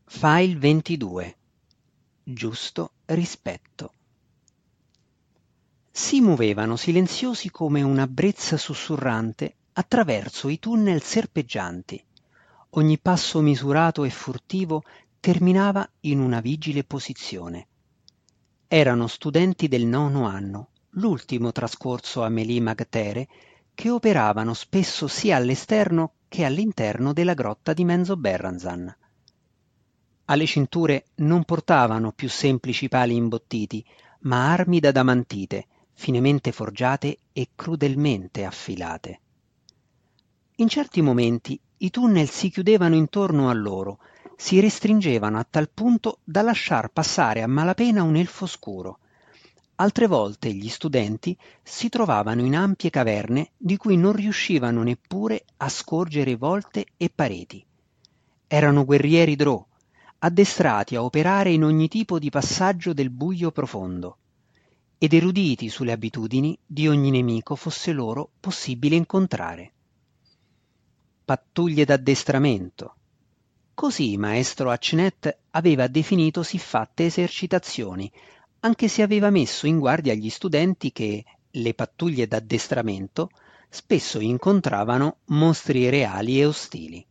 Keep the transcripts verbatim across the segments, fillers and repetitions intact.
File ventidue. Giusto rispetto. Si muovevano silenziosi come una brezza sussurrante attraverso i tunnel serpeggianti. Ogni passo misurato e furtivo terminava in una vigile posizione. Erano studenti del nono anno, l'ultimo trascorso a Mélie-Magdere, che operavano spesso sia all'esterno che all'interno della grotta di Menzoberranzan. Alle cinture non portavano più semplici pali imbottiti, ma armi d'adamantite, finemente forgiate e crudelmente affilate. In certi momenti i tunnel si chiudevano intorno a loro, si restringevano a tal punto da lasciar passare a malapena un elfo scuro. Altre volte gli studenti si trovavano in ampie caverne di cui non riuscivano neppure a scorgere volte e pareti. Erano guerrieri Drow, addestrati a operare in ogni tipo di passaggio del buio profondo, ed eruditi sulle abitudini di ogni nemico fosse loro possibile incontrare. Pattuglie d'addestramento. Così maestro Acnet aveva definito siffatte esercitazioni, anche se aveva messo in guardia gli studenti che le pattuglie d'addestramento spesso incontravano mostri reali e ostili.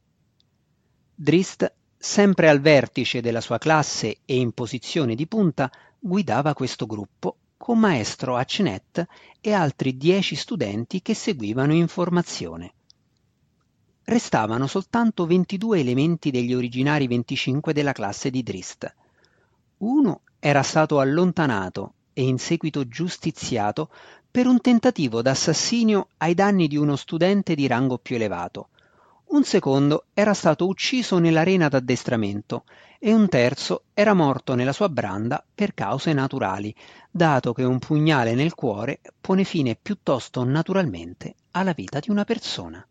Drist, sempre al vertice della sua classe e in posizione di punta, guidava questo gruppo con maestro Acnet e altri dieci studenti che seguivano in formazione. Restavano soltanto ventidue elementi degli originari venticinque della classe di Drist. Uno era stato allontanato e in seguito giustiziato per un tentativo d'assassinio ai danni di uno studente di rango più elevato. Un secondo era stato ucciso nell'arena d'addestramento e un terzo era morto nella sua branda per cause naturali, dato che un pugnale nel cuore pone fine piuttosto naturalmente alla vita di una persona.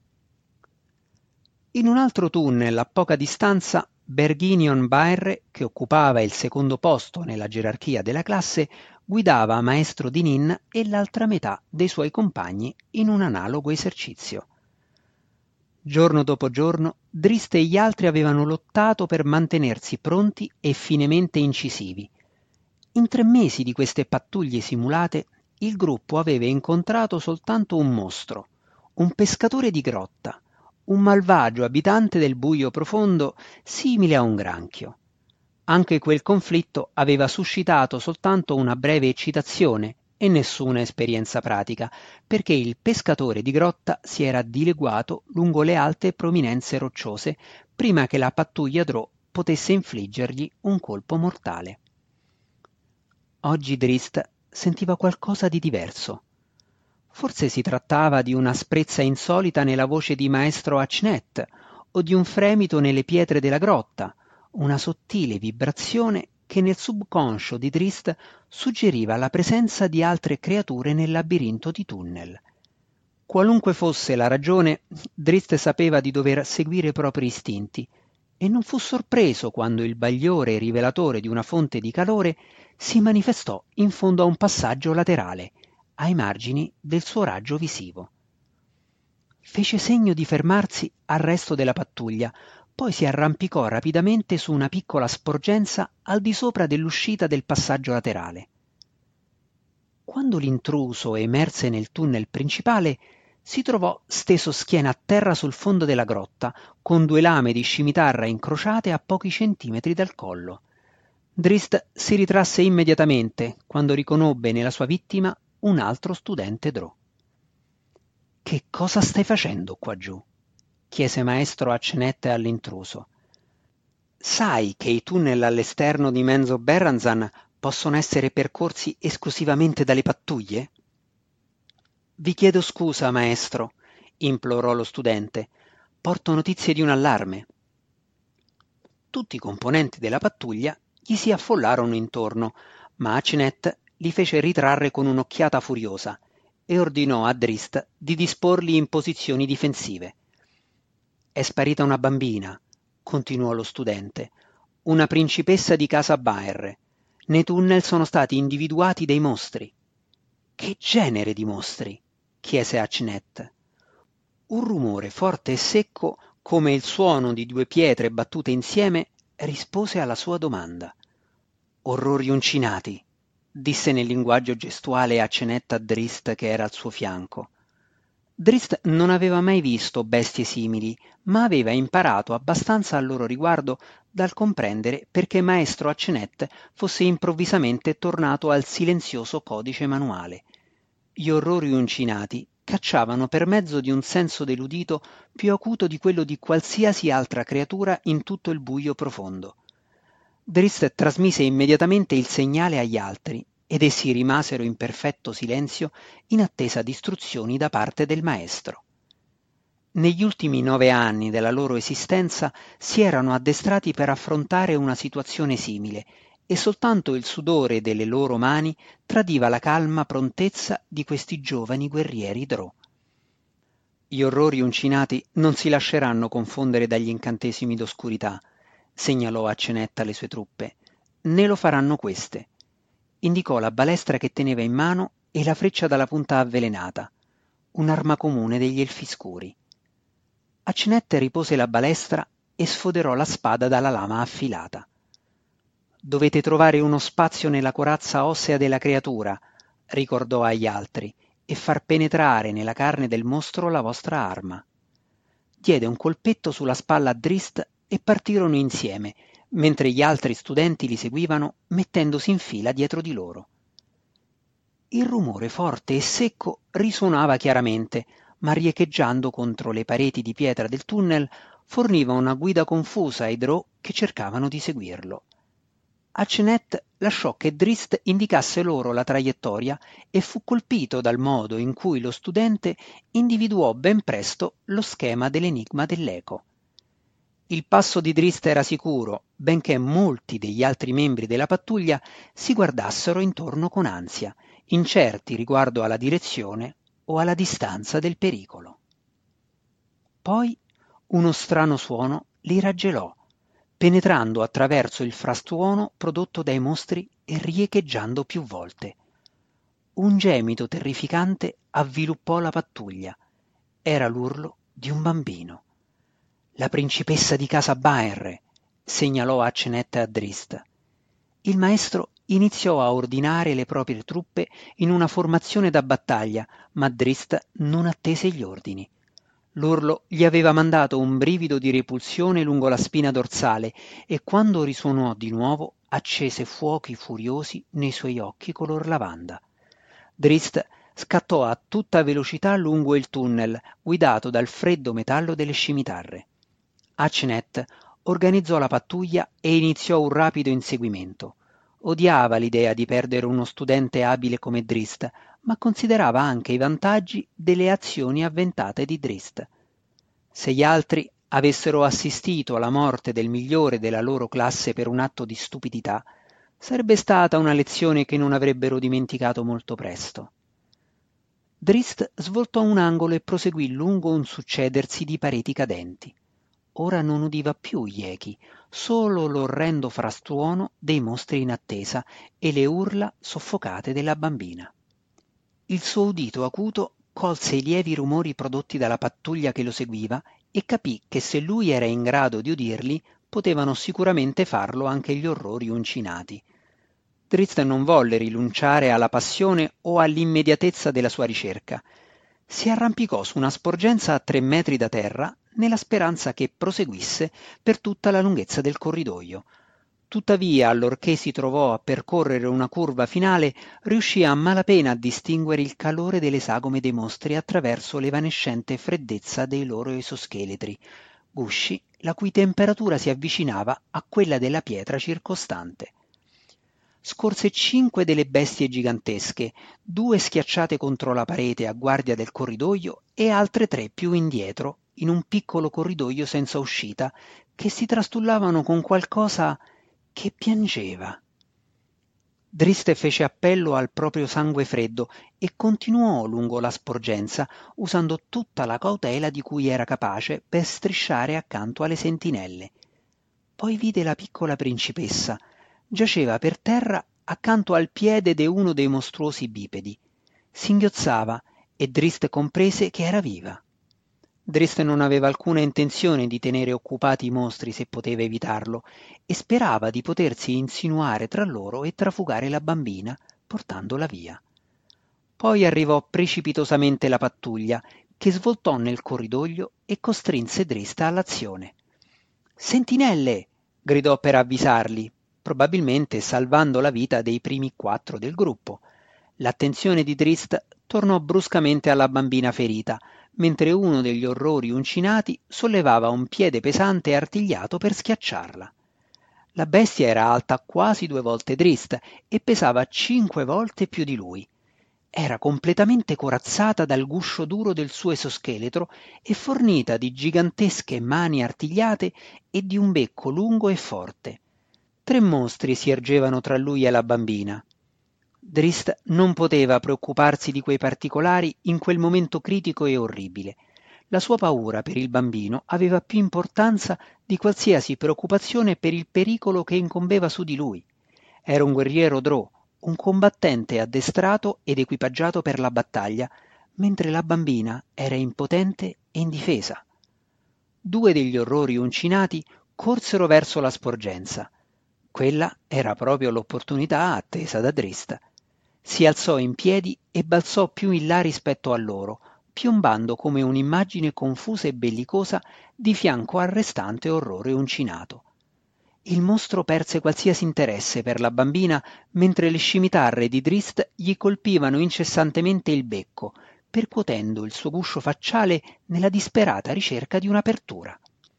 In un altro tunnel a poca distanza, Berginion Baerre, che occupava il secondo posto nella gerarchia della classe, guidava maestro Dinin e l'altra metà dei suoi compagni in un analogo esercizio. Giorno dopo giorno, Drist e gli altri avevano lottato per mantenersi pronti e finemente incisivi. In tre mesi di queste pattuglie simulate, il gruppo aveva incontrato soltanto un mostro, un pescatore di grotta, un malvagio abitante del buio profondo simile a un granchio. Anche quel conflitto aveva suscitato soltanto una breve eccitazione e nessuna esperienza pratica, perché il pescatore di grotta si era dileguato lungo le alte prominenze rocciose prima che la pattuglia Drow potesse infliggergli un colpo mortale. Oggi Drist sentiva qualcosa di diverso. Forse si trattava di un'asprezza insolita nella voce di maestro Acnet o di un fremito nelle pietre della grotta, una sottile vibrazione che nel subconscio di Drist suggeriva la presenza di altre creature nel labirinto di tunnel. Qualunque fosse la ragione, Drist sapeva di dover seguire i propri istinti e non fu sorpreso quando il bagliore rivelatore di una fonte di calore si manifestò in fondo a un passaggio laterale, ai margini del suo raggio visivo. Fece segno di fermarsi al resto della pattuglia, poi si arrampicò rapidamente su una piccola sporgenza al di sopra dell'uscita del passaggio laterale. Quando l'intruso emerse nel tunnel principale, si trovò steso schiena a terra sul fondo della grotta, con due lame di scimitarra incrociate a pochi centimetri dal collo. Drist si ritrasse immediatamente quando riconobbe nella sua vittima un altro studente Drow. «Che cosa stai facendo qua giù?» chiese maestro Acnet all'intruso. «Sai che i tunnel all'esterno di Menzoberranzan possono essere percorsi esclusivamente dalle pattuglie?» «Vi chiedo scusa, maestro», implorò lo studente. «Porto notizie di un allarme». Tutti i componenti della pattuglia gli si affollarono intorno, ma Acnet li fece ritrarre con un'occhiata furiosa e ordinò a Drist di disporli in posizioni difensive. «È sparita una bambina», continuò lo studente, «una principessa di casa Baerre. Nei tunnel sono stati individuati dei mostri». «Che genere di mostri?» chiese Acnet. Un rumore forte e secco, come il suono di due pietre battute insieme, rispose alla sua domanda. Orrori uncinati, disse nel linguaggio gestuale a cenetta Drist che era al suo fianco. Drist non aveva mai visto bestie simili, ma aveva imparato abbastanza al loro riguardo dal comprendere perché maestro Accenet fosse improvvisamente tornato al silenzioso codice manuale. Gli orrori uncinati cacciavano per mezzo di un senso deludito più acuto di quello di qualsiasi altra creatura in tutto il buio profondo. Drist trasmise immediatamente il segnale agli altri ed essi rimasero in perfetto silenzio in attesa di istruzioni da parte del maestro. Negli ultimi nove anni della loro esistenza si erano addestrati per affrontare una situazione simile e soltanto il sudore delle loro mani tradiva la calma prontezza di questi giovani guerrieri Drow. Gli orrori uncinati non si lasceranno confondere dagli incantesimi d'oscurità, segnalò a Cenetta le sue truppe, né lo faranno queste. Indicò la balestra che teneva in mano e la freccia dalla punta avvelenata, un'arma comune degli elfi scuri. Acinette ripose la balestra e sfoderò la spada dalla lama affilata. Dovete trovare uno spazio nella corazza ossea della creatura, ricordò agli altri, e far penetrare nella carne del mostro la vostra arma. Diede un colpetto sulla spalla a Drist e partirono insieme, mentre gli altri studenti li seguivano mettendosi in fila dietro di loro. Il rumore forte e secco risuonava chiaramente, ma riecheggiando contro le pareti di pietra del tunnel forniva una guida confusa ai Drow che cercavano di seguirlo. Achenet lasciò che Drist indicasse loro la traiettoria e fu colpito dal modo in cui lo studente individuò ben presto lo schema dell'enigma dell'eco. Il passo di Drist era sicuro, benché molti degli altri membri della pattuglia si guardassero intorno con ansia, incerti riguardo alla direzione o alla distanza del pericolo. Poi uno strano suono li raggelò, penetrando attraverso il frastuono prodotto dai mostri e riecheggiando più volte. Un gemito terrificante avviluppò la pattuglia. Era l'urlo di un bambino. La principessa di casa Baenre, segnalò Achenet a Drist. Il maestro iniziò a ordinare le proprie truppe in una formazione da battaglia, ma Drist non attese gli ordini. L'urlo gli aveva mandato un brivido di repulsione lungo la spina dorsale e quando risuonò di nuovo accese fuochi furiosi nei suoi occhi color lavanda. Drist scattò a tutta velocità lungo il tunnel, guidato dal freddo metallo delle scimitarre. Achenet organizzò la pattuglia e iniziò un rapido inseguimento. Odiava l'idea di perdere uno studente abile come Drist, ma considerava anche i vantaggi delle azioni avventate di Drist. Se gli altri avessero assistito alla morte del migliore della loro classe per un atto di stupidità, sarebbe stata una lezione che non avrebbero dimenticato molto presto. Drist svoltò un angolo e proseguì lungo un succedersi di pareti cadenti. Ora non udiva più gli echi, solo l'orrendo frastuono dei mostri in attesa e le urla soffocate della bambina. Il suo udito acuto colse i lievi rumori prodotti dalla pattuglia che lo seguiva e capì che se lui era in grado di udirli, potevano sicuramente farlo anche gli orrori uncinati. Drist non volle rinunciare alla passione o all'immediatezza della sua ricerca. Si arrampicò su una sporgenza a tre metri da terra nella speranza che proseguisse per tutta la lunghezza del corridoio. Tuttavia, allorché si trovò a percorrere una curva finale, riuscì a malapena a distinguere il calore delle sagome dei mostri attraverso l'evanescente freddezza dei loro esoscheletri, gusci la cui temperatura si avvicinava a quella della pietra circostante. Scorse cinque delle bestie gigantesche, due schiacciate contro la parete a guardia del corridoio e altre tre più indietro, in un piccolo corridoio senza uscita, che si trastullavano con qualcosa che piangeva. Drist fece appello al proprio sangue freddo e continuò lungo la sporgenza, usando tutta la cautela di cui era capace per strisciare accanto alle sentinelle. Poi vide la piccola principessa. Giaceva per terra accanto al piede di uno dei mostruosi bipedi. Singhiozzava e Drist comprese che era viva. Drist non aveva alcuna intenzione di tenere occupati i mostri se poteva evitarlo e sperava di potersi insinuare tra loro e trafugare la bambina, portandola via. Poi arrivò precipitosamente la pattuglia, che svoltò nel corridoio e costrinse Drist all'azione. «Sentinelle!» gridò per avvisarli, probabilmente salvando la vita dei primi quattro del gruppo. L'attenzione di Drist tornò bruscamente alla bambina ferita, mentre uno degli orrori uncinati sollevava un piede pesante e artigliato per schiacciarla. La bestia era alta quasi due volte Drist e pesava cinque volte più di lui. Era completamente corazzata dal guscio duro del suo esoscheletro e fornita di gigantesche mani artigliate e di un becco lungo e forte. Tre mostri si ergevano tra lui e la bambina. Drist non poteva preoccuparsi di quei particolari in quel momento critico e orribile. La sua paura per il bambino aveva più importanza di qualsiasi preoccupazione per il pericolo che incombeva su di lui. Era un guerriero Drow, un combattente addestrato ed equipaggiato per la battaglia, mentre la bambina era impotente e indifesa. Due degli orrori uncinati corsero verso la sporgenza. Quella era proprio l'opportunità attesa da Drist. Si alzò in piedi e balzò più in là rispetto a loro, piombando come un'immagine confusa e bellicosa di fianco al restante orrore uncinato. Il mostro perse qualsiasi interesse per la bambina mentre le scimitarre di Drist gli colpivano incessantemente il becco, percuotendo il suo guscio facciale nella disperata ricerca di un'apertura.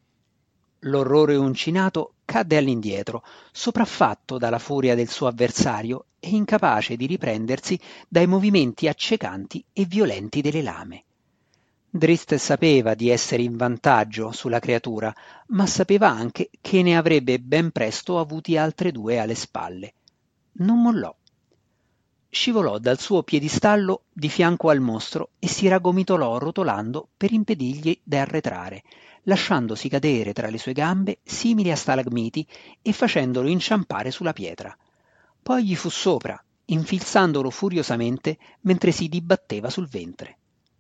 L'orrore uncinato cadde all'indietro, sopraffatto dalla furia del suo avversario e incapace di riprendersi dai movimenti accecanti e violenti delle lame. Drist sapeva di essere in vantaggio sulla creatura, ma sapeva anche che ne avrebbe ben presto avuti altre due alle spalle. Non mollò. Scivolò dal suo piedistallo di fianco al mostro e si raggomitolò rotolando per impedirgli di arretrare, lasciandosi cadere tra le sue gambe simili a stalagmiti e facendolo inciampare sulla pietra. Poi gli fu sopra, infilzandolo furiosamente mentre si dibatteva sul ventre.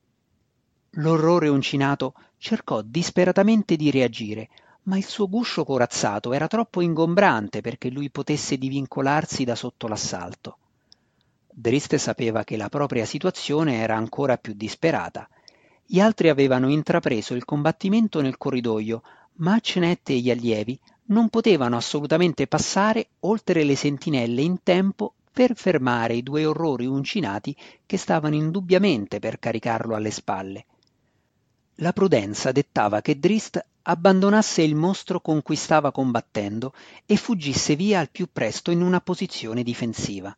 L'orrore uncinato cercò disperatamente di reagire, ma il suo guscio corazzato era troppo ingombrante perché lui potesse divincolarsi da sotto l'assalto. Drist sapeva che la propria situazione era ancora più disperata. Gli altri avevano intrapreso il combattimento nel corridoio, ma Cenette e gli allievi non potevano assolutamente passare oltre le sentinelle in tempo per fermare i due orrori uncinati che stavano indubbiamente per caricarlo alle spalle. La prudenza dettava che Drist abbandonasse il mostro con cui stava combattendo e fuggisse via al più presto in una posizione difensiva.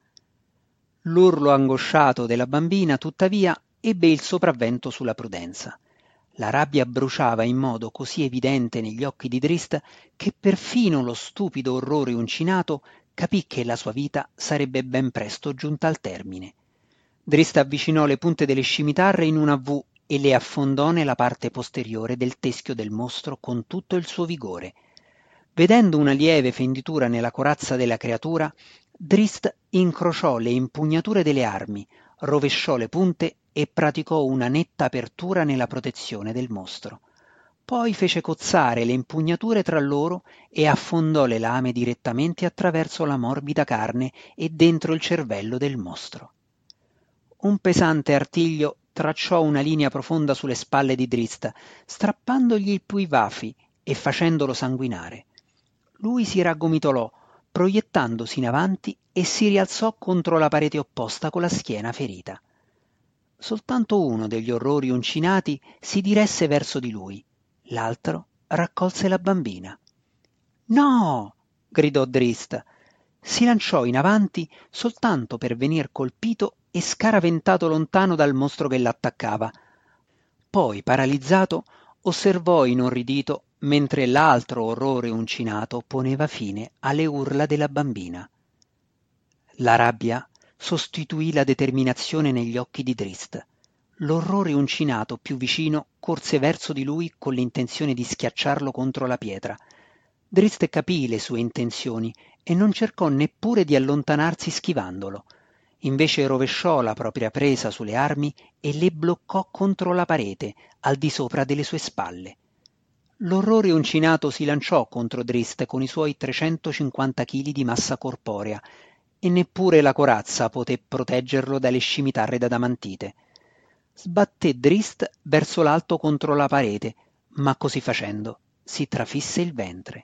L'urlo angosciato della bambina, tuttavia, ebbe il sopravvento sulla prudenza. La rabbia bruciava in modo così evidente negli occhi di Drist che perfino lo stupido orrore uncinato capì che la sua vita sarebbe ben presto giunta al termine. Drist avvicinò le punte delle scimitarre in una V e le affondò nella parte posteriore del teschio del mostro con tutto il suo vigore. Vedendo una lieve fenditura nella corazza della creatura, Drist incrociò le impugnature delle armi, rovesciò le punte e praticò una netta apertura nella protezione del mostro. Poi fece cozzare le impugnature tra loro e affondò le lame direttamente attraverso la morbida carne e dentro il cervello del mostro. Un pesante artiglio tracciò una linea profonda sulle spalle di Drist, strappandogli i puivafi e facendolo sanguinare. Lui si raggomitolò, proiettandosi in avanti e si rialzò contro la parete opposta con la schiena ferita. Soltanto uno degli orrori uncinati si diresse verso di lui, l'altro raccolse la bambina. «No!» gridò Drist. Si lanciò in avanti soltanto per venir colpito e scaraventato lontano dal mostro che l'attaccava. Poi, paralizzato, osservò inorridito mentre l'altro orrore uncinato poneva fine alle urla della bambina. La rabbia sostituì la determinazione negli occhi di Drist. L'orrore uncinato più vicino corse verso di lui con l'intenzione di schiacciarlo contro la pietra. Drist capì le sue intenzioni e non cercò neppure di allontanarsi schivandolo. Invece rovesciò la propria presa sulle armi e le bloccò contro la parete, al di sopra delle sue spalle. L'orrore uncinato si lanciò contro Drist con i suoi trecentocinquanta chili di massa corporea e neppure la corazza poté proteggerlo dalle scimitarre d'adamantite. Sbatté Drist verso l'alto contro la parete, ma così facendo si trafisse il ventre.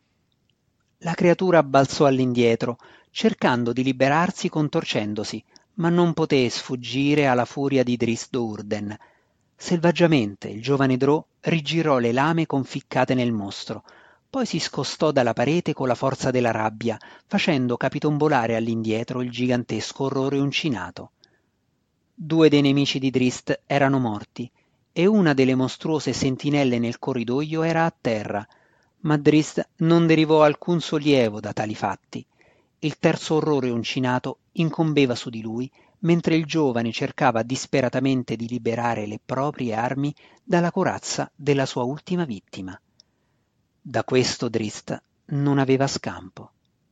La creatura balzò all'indietro, cercando di liberarsi contorcendosi, ma non poté sfuggire alla furia di Drist Do'Urden. Selvaggiamente il giovane Drò rigirò le lame conficcate nel mostro, poi si scostò dalla parete con la forza della rabbia, facendo capitombolare all'indietro il gigantesco orrore uncinato. Due dei nemici di Drist erano morti e una delle mostruose sentinelle nel corridoio era a terra, ma Drist non derivò alcun sollievo da tali fatti. Il terzo orrore uncinato incombeva su di lui, mentre il giovane cercava disperatamente di liberare le proprie armi dalla corazza della sua ultima vittima. Da questo Drist non aveva scampo.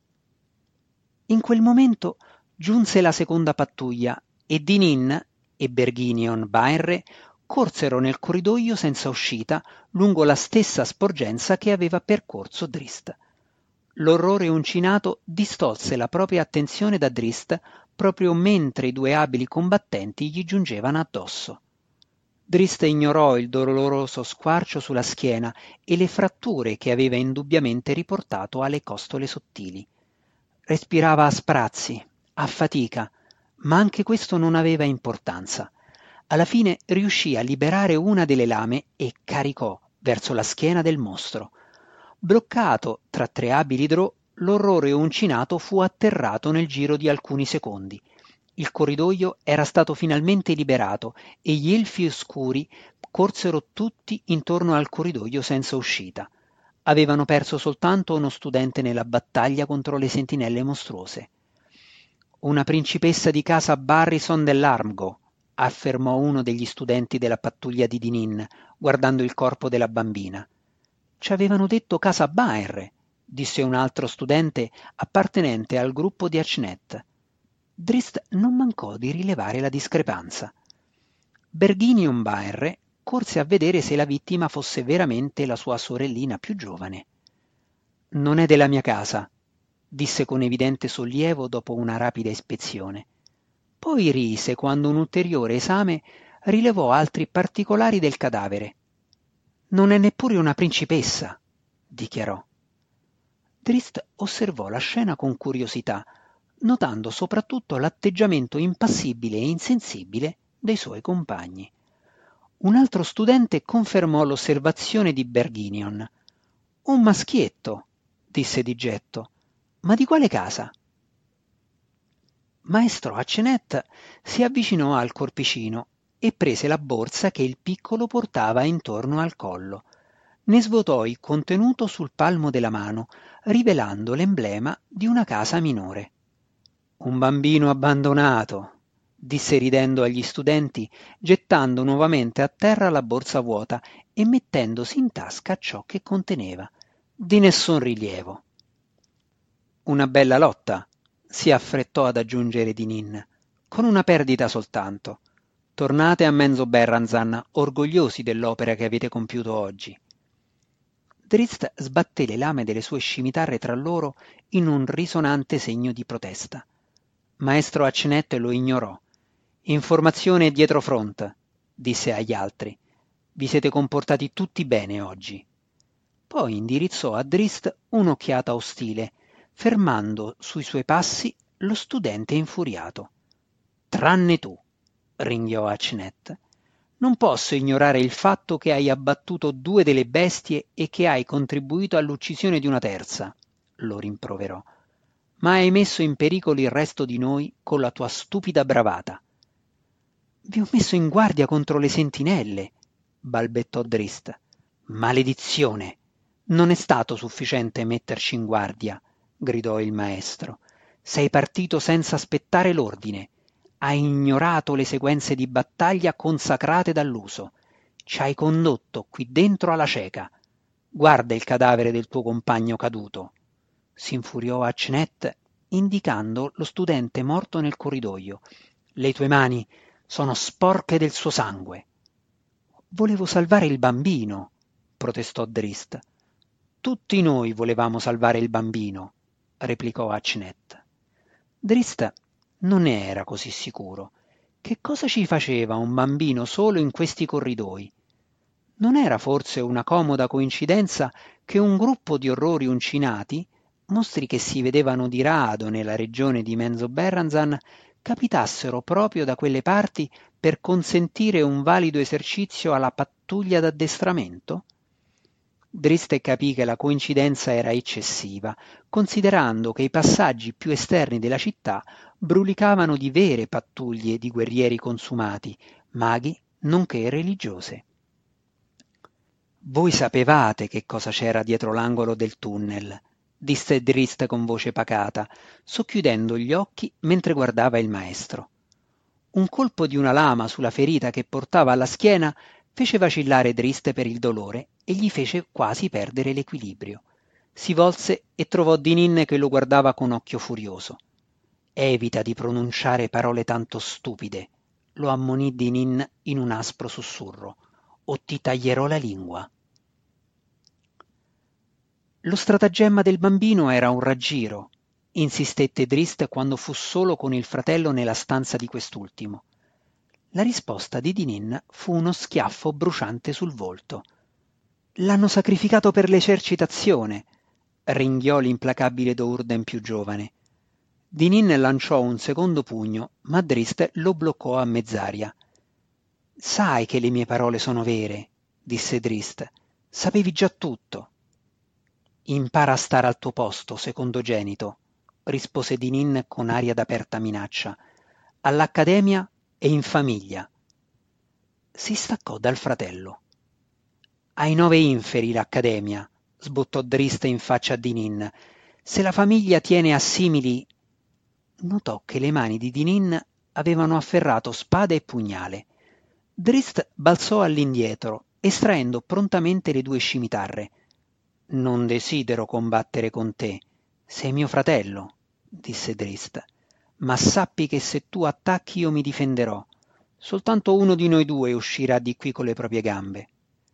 In quel momento giunse la seconda pattuglia e Dinin e Berghinion Baenre corsero nel corridoio senza uscita lungo la stessa sporgenza che aveva percorso Drist. L'orrore uncinato distolse la propria attenzione da Drist proprio mentre i due abili combattenti gli giungevano addosso. Drist ignorò il doloroso squarcio sulla schiena e le fratture che aveva indubbiamente riportato alle costole sottili. Respirava a sprazzi, a fatica, ma anche questo non aveva importanza. Alla fine riuscì a liberare una delle lame e caricò verso la schiena del mostro. Bloccato tra tre abili Drò, l'orrore uncinato fu atterrato nel giro di alcuni secondi. Il corridoio era stato finalmente liberato e gli elfi oscuri corsero tutti intorno al corridoio senza uscita. Avevano perso soltanto uno studente nella battaglia contro le sentinelle mostruose. Una principessa di casa Barrison dell'Armgo, affermò uno degli studenti della pattuglia di Dinin, guardando il corpo della bambina. Ci avevano detto casa Baenre, disse un altro studente appartenente al gruppo di Achnet. Drist non mancò di rilevare la discrepanza. Berghinion Baenre corse a vedere se la vittima fosse veramente la sua sorellina più giovane. Non è della mia casa, disse con evidente sollievo dopo una rapida ispezione. Poi rise quando un ulteriore esame rilevò altri particolari del cadavere. Non è neppure una principessa, dichiarò. Drist osservò la scena con curiosità, notando soprattutto l'atteggiamento impassibile e insensibile dei suoi compagni. Un altro studente confermò l'osservazione di Berghinion. Un maschietto, disse di getto. Ma di quale casa? Maestro Acenet si avvicinò al corpicino e prese la borsa che il piccolo portava intorno al collo. Ne svuotò il contenuto sul palmo della mano, rivelando l'emblema di una casa minore. Un bambino abbandonato, disse ridendo agli studenti, gettando nuovamente a terra la borsa vuota e mettendosi in tasca ciò che conteneva. Di nessun rilievo. Una bella lotta, si affrettò ad aggiungere Dinin, con una perdita soltanto. Tornate a Menzoberranzan, orgogliosi dell'opera che avete compiuto oggi. Drist sbatté le lame delle sue scimitarre tra loro in un risonante segno di protesta. Maestro Acenet lo ignorò. Informazione dietro front, disse agli altri. Vi siete comportati tutti bene oggi. Poi indirizzò a Drist un'occhiata ostile, fermando sui suoi passi lo studente infuriato. Tranne tu, ringhiò Acenet. Non posso ignorare il fatto che hai abbattuto due delle bestie e che hai contribuito all'uccisione di una terza, lo rimproverò. Ma hai messo in pericolo il resto di noi con la tua stupida bravata. Vi ho messo in guardia contro le sentinelle, balbettò Drist. Maledizione! Non è stato sufficiente metterci in guardia, gridò il maestro. Sei partito senza aspettare l'ordine. Hai ignorato le sequenze di battaglia consacrate dall'uso. Ci hai condotto qui dentro alla cieca. Guarda il cadavere del tuo compagno caduto. Si infuriò Acenet indicando lo studente morto nel corridoio. Le tue mani sono sporche del suo sangue. Volevo salvare il bambino, protestò Drist. Tutti noi volevamo salvare il bambino, replicò Achnet. Drist non ne era così sicuro. Che cosa ci faceva un bambino solo in questi corridoi? Non era forse una comoda coincidenza che un gruppo di orrori uncinati, mostri che si vedevano di rado nella regione di Menzoberranzan, capitassero proprio da quelle parti per consentire un valido esercizio alla pattuglia d'addestramento? Drist capì che la coincidenza era eccessiva, considerando che i passaggi più esterni della città brulicavano di vere pattuglie di guerrieri consumati, maghi nonché religiose. Voi sapevate che cosa c'era dietro l'angolo del tunnel, disse Drist con voce pacata, socchiudendo gli occhi mentre guardava il maestro. Un colpo di una lama sulla ferita che portava alla schiena fece vacillare Drist per il dolore e gli fece quasi perdere l'equilibrio. Si volse e trovò Dinin che lo guardava con occhio furioso. Evita di pronunciare parole tanto stupide, lo ammonì Dinin in un aspro sussurro, o ti taglierò la lingua. Lo stratagemma del bambino era un raggiro, insistette Drist quando fu solo con il fratello nella stanza di quest'ultimo. La risposta di Dinin fu uno schiaffo bruciante sul volto. L'hanno sacrificato per l'esercitazione, ringhiò l'implacabile Dourden più giovane. Dinin lanciò un secondo pugno, ma Drist lo bloccò a mezz'aria. Sai che le mie parole sono vere, disse Drist. Sapevi già tutto. Impara a stare al tuo posto, secondogenito, rispose Dinin con aria d'aperta minaccia. All'accademia e in famiglia. Si staccò dal fratello. Hai nove inferi l'accademia, sbottò Drist in faccia a Dinin. Se la famiglia tiene a simili... Notò che le mani di Dinin avevano afferrato spada e pugnale. Drist balzò all'indietro, estraendo prontamente le due scimitarre. Non desidero combattere con te. Sei mio fratello, disse Drist. Ma sappi che se tu attacchi io mi difenderò. Soltanto uno di noi due uscirà di qui con le proprie gambe.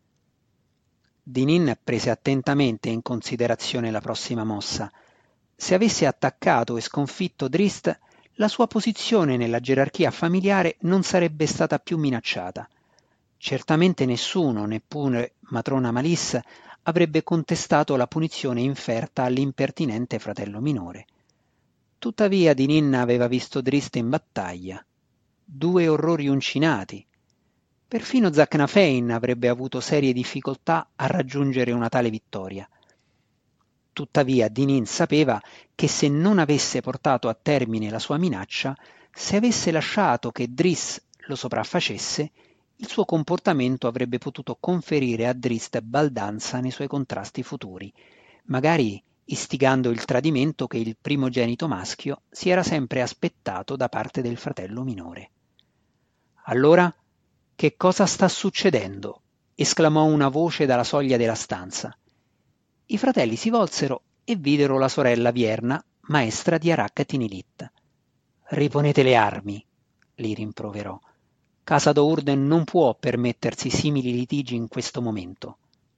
Dinin prese attentamente in considerazione la prossima mossa. Se avesse attaccato e sconfitto Drist, la sua posizione nella gerarchia familiare non sarebbe stata più minacciata. Certamente nessuno, neppure matrona Malice, avrebbe contestato la punizione inferta all'impertinente fratello minore. Tuttavia Dinin aveva visto Drist in battaglia. Due orrori uncinati. Perfino Zacnafein avrebbe avuto serie difficoltà a raggiungere una tale vittoria. Tuttavia Dinin sapeva che se non avesse portato a termine la sua minaccia, se avesse lasciato che Driss lo sopraffacesse, il suo comportamento avrebbe potuto conferire a Drist baldanza nei suoi contrasti futuri, magari istigando il tradimento che il primogenito maschio si era sempre aspettato da parte del fratello minore. Allora, che cosa sta succedendo? Esclamò una voce dalla soglia della stanza. I fratelli si volsero e videro la sorella Vierna, maestra di Arak Tinilit. Riponete le armi, li rimproverò. Casa Dourden non può permettersi simili litigi in questo momento.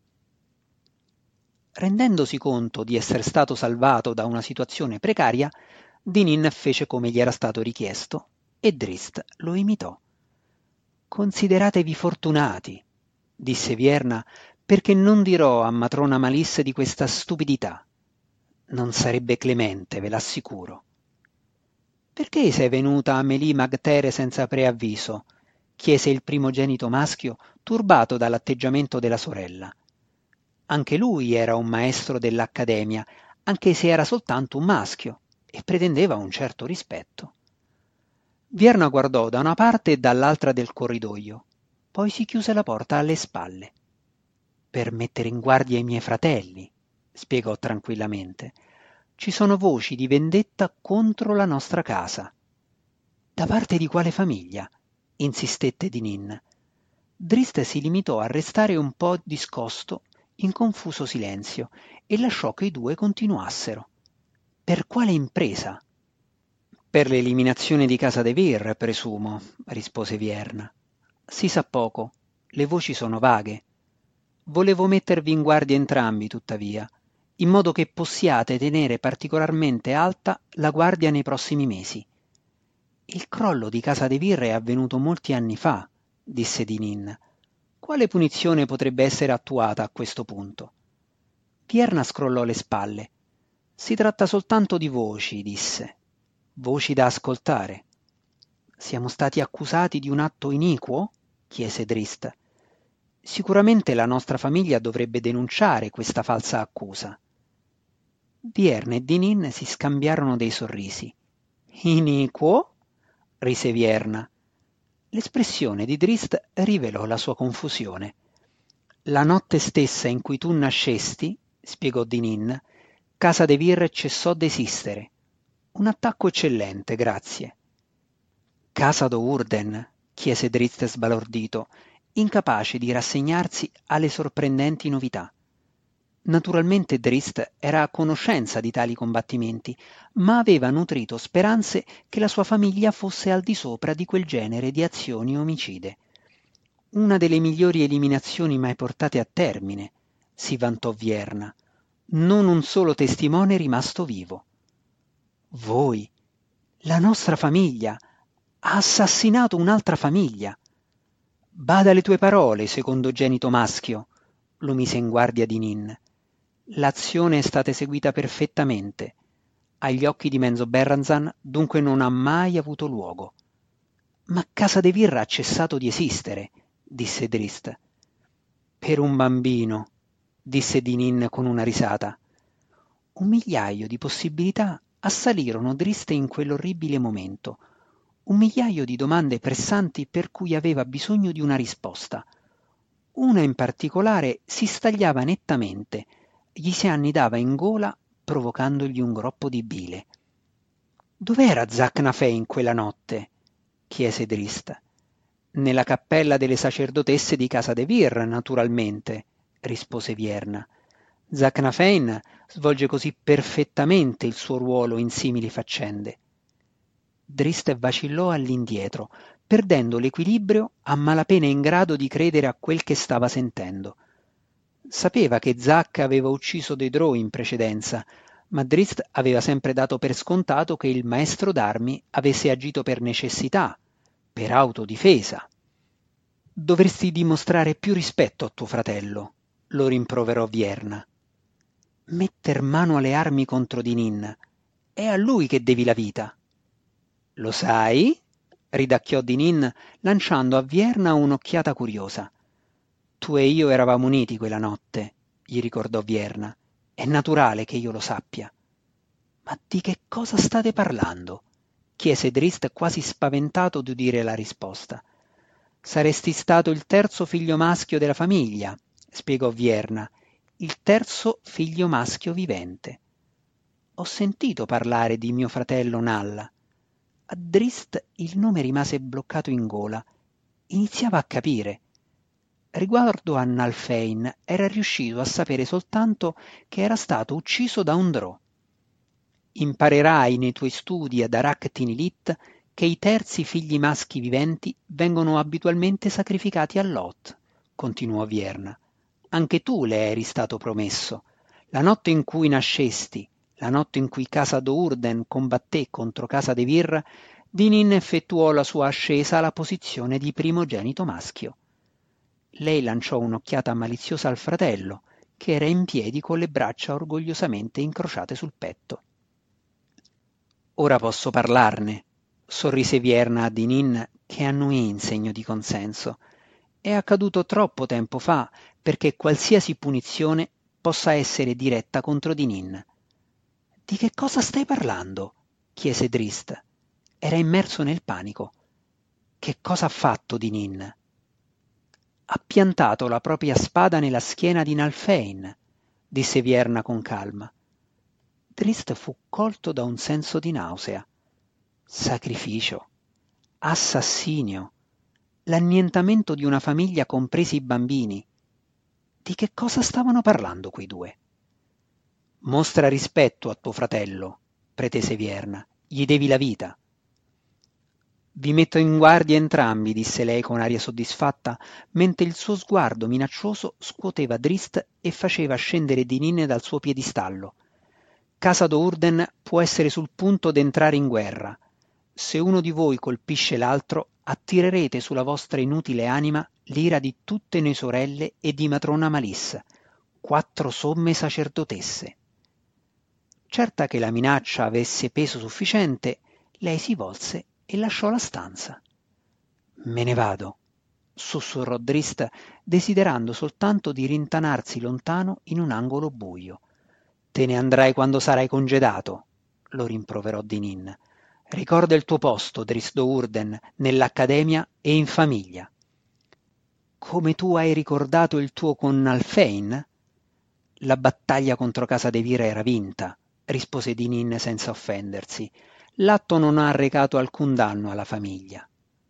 Rendendosi conto di essere stato salvato da una situazione precaria, Dinin fece come gli era stato richiesto e Drist lo imitò. Consideratevi fortunati, disse Vierna, perché non dirò a matrona Malice di questa stupidità. Non sarebbe clemente, ve l'assicuro. Perché sei venuta a Melie Magtere senza preavviso? Chiese il primogenito maschio, turbato dall'atteggiamento della sorella. Anche lui era un maestro dell'accademia, anche se era soltanto un maschio, e pretendeva un certo rispetto. Vierna guardò da una parte e dall'altra del corridoio, poi si chiuse la porta alle spalle. Per mettere in guardia i miei fratelli, spiegò tranquillamente. Ci sono voci di vendetta contro la nostra casa. Da parte di quale famiglia? Insistette Dinin. Drist si limitò a restare un po' discosto in confuso silenzio e lasciò che i due continuassero. Per quale impresa? Per l'eliminazione di Casa De Vir, presumo, rispose Vierna. Si sa poco, le voci sono vaghe. Volevo mettervi in guardia entrambi, tuttavia, in modo che possiate tenere particolarmente alta la guardia nei prossimi mesi. Il crollo di Casa De Vir è avvenuto molti anni fa, disse Dinin. Quale punizione potrebbe essere attuata a questo punto? Vierna scrollò le spalle. Si tratta soltanto di voci, disse. Voci da ascoltare. Siamo stati accusati di un atto iniquo? Chiese Drist. Sicuramente la nostra famiglia dovrebbe denunciare questa falsa accusa. Vierna e Dinin si scambiarono dei sorrisi. Iniquo? Rise Vierna. L'espressione di Drist rivelò la sua confusione. La notte stessa in cui tu nascesti, spiegò Dinin, Casa De Vir cessò d'esistere. Un attacco eccellente, grazie. Casa Dourden, chiese Drist sbalordito, incapace di rassegnarsi alle sorprendenti novità. Naturalmente Drist era a conoscenza di tali combattimenti, ma aveva nutrito speranze che la sua famiglia fosse al di sopra di quel genere di azioni omicide. Una delle migliori eliminazioni mai portate a termine, si vantò Vierna. Non un solo testimone rimasto vivo. Voi, la nostra famiglia, ha assassinato un'altra famiglia. Bada alle tue parole, secondogenito maschio, lo mise in guardia Dinin. L'azione è stata eseguita perfettamente. Agli occhi di Menzo Berranzan dunque non ha mai avuto luogo. Ma Casa De Vir ha cessato di esistere, disse Drist. Per un bambino, disse Dinin con una risata. Un migliaio di possibilità assalirono Drist in quell'orribile momento. Un migliaio di domande pressanti per cui aveva bisogno di una risposta. Una in particolare si stagliava nettamente, gli si annidava in gola provocandogli un groppo di bile. Dov'era Zacnafè in quella notte? Chiese Drist. Nella cappella delle sacerdotesse di Casa De Vir, naturalmente, rispose Vierna. Zacnafein svolge così perfettamente il suo ruolo in simili faccende. Drist vacillò all'indietro, perdendo l'equilibrio a malapena in grado di credere a quel che stava sentendo. Sapeva che Zac aveva ucciso dei Drow in precedenza, ma Drist aveva sempre dato per scontato che il maestro d'armi avesse agito per necessità, per autodifesa. Dovresti dimostrare più rispetto a tuo fratello, lo rimproverò Vierna. Metter mano alle armi contro Dinin. È a lui che devi la vita. Lo sai? Ridacchiò Dinin, lanciando a Vierna un'occhiata curiosa. Tu e io eravamo uniti quella notte, gli ricordò Vierna. È naturale che io lo sappia. Ma di che cosa state parlando? Chiese Drist quasi spaventato di udire la risposta. Saresti stato il terzo figlio maschio della famiglia, spiegò Vierna, il terzo figlio maschio vivente. Ho sentito parlare di mio fratello Nalla. A Drist il nome rimase bloccato in gola. Iniziava a capire. Riguardo a Nalfein era riuscito a sapere soltanto che era stato ucciso da un Drow. Imparerai nei tuoi studi ad Arak-Tinilit che i terzi figli maschi viventi vengono abitualmente sacrificati a Lot, continuò Vierna. Anche tu le eri stato promesso. La notte in cui nascesti, la notte in cui Casa Dourden combatté contro Casa De Vir, Dinin effettuò la sua ascesa alla posizione di primogenito maschio. Lei lanciò un'occhiata maliziosa al fratello, che era in piedi con le braccia orgogliosamente incrociate sul petto. Ora posso parlarne, sorrise Vierna a Dinin, che annuì in segno di consenso. È accaduto troppo tempo fa perché qualsiasi punizione possa essere diretta contro Dinin. Di che cosa stai parlando? Chiese Drist. Era immerso nel panico. Che cosa ha fatto Dinin? Ha piantato la propria spada nella schiena di Nalfein, disse Vierna con calma. Drist fu colto da un senso di nausea. Sacrificio, assassinio, l'annientamento di una famiglia compresi i bambini. Di che cosa stavano parlando quei due? Mostra rispetto a tuo fratello, pretese Vierna. Gli devi la vita. Vi metto in guardia entrambi, disse lei con aria soddisfatta, mentre il suo sguardo minaccioso scuoteva Drist e faceva scendere Dinin dal suo piedistallo. Casa Do'Urden può essere sul punto d'entrare in guerra. Se uno di voi colpisce l'altro, attirerete sulla vostra inutile anima l'ira di tutte noi sorelle e di matrona Malisse, quattro somme sacerdotesse. Certa che la minaccia avesse peso sufficiente, lei si volse e lasciò la stanza. Me ne vado, sussurrò Drist, desiderando soltanto di rintanarsi lontano in un angolo buio. Te ne andrai quando sarai congedato, lo rimproverò Dinin. Ricorda il tuo posto, Drist Do'Urden, nell'Accademia e in famiglia. Come tu hai ricordato il tuo con Alfein? La battaglia contro Casa De Vere era vinta, rispose Dinin senza offendersi. L'atto non ha arrecato alcun danno alla famiglia.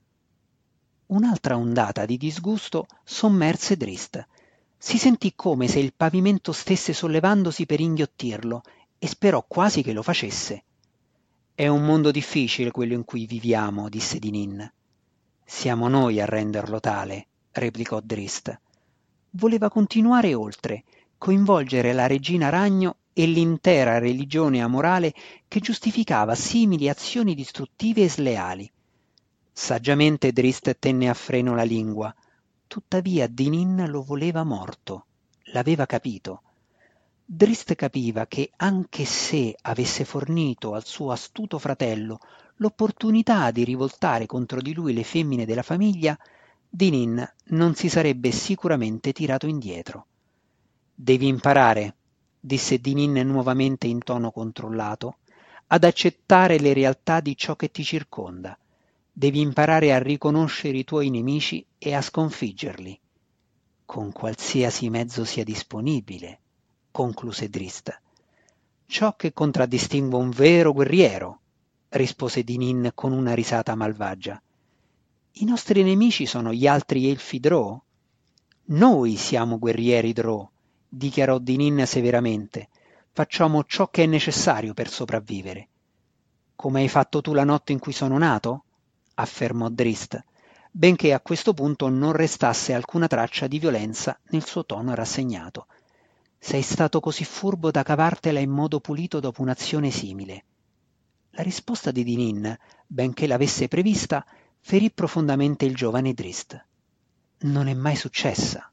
Un'altra ondata di disgusto sommerse Drist. Si sentì come se il pavimento stesse sollevandosi per inghiottirlo e sperò quasi che lo facesse. È un mondo difficile quello in cui viviamo, disse Dinin. Siamo noi a renderlo tale, replicò Drist. Voleva continuare oltre, coinvolgere la regina ragno e l'intera religione amorale che giustificava simili azioni distruttive e sleali. Saggiamente Drist tenne a freno la lingua, tuttavia Dinin lo voleva morto, l'aveva capito. Drist capiva che anche se avesse fornito al suo astuto fratello l'opportunità di rivoltare contro di lui le femmine della famiglia, Dinin non si sarebbe sicuramente tirato indietro. Devi imparare, disse Dinin nuovamente in tono controllato, ad accettare le realtà di ciò che ti circonda. Devi imparare a riconoscere i tuoi nemici e a sconfiggerli, con qualsiasi mezzo sia disponibile, concluse Drist. Ciò che contraddistingue un vero guerriero, rispose Dinin con una risata malvagia. I nostri nemici sono gli altri elfi Drow? Noi siamo guerrieri Drow, dichiarò Dinin severamente. Facciamo ciò che è necessario per sopravvivere. Come hai fatto tu la notte in cui sono nato? Affermò Drist, benché a questo punto non restasse alcuna traccia di violenza nel suo tono rassegnato. Sei stato così furbo da cavartela in modo pulito dopo un'azione simile. La risposta di Dinin, benché l'avesse prevista, ferì profondamente il giovane Drist. Non è mai successa,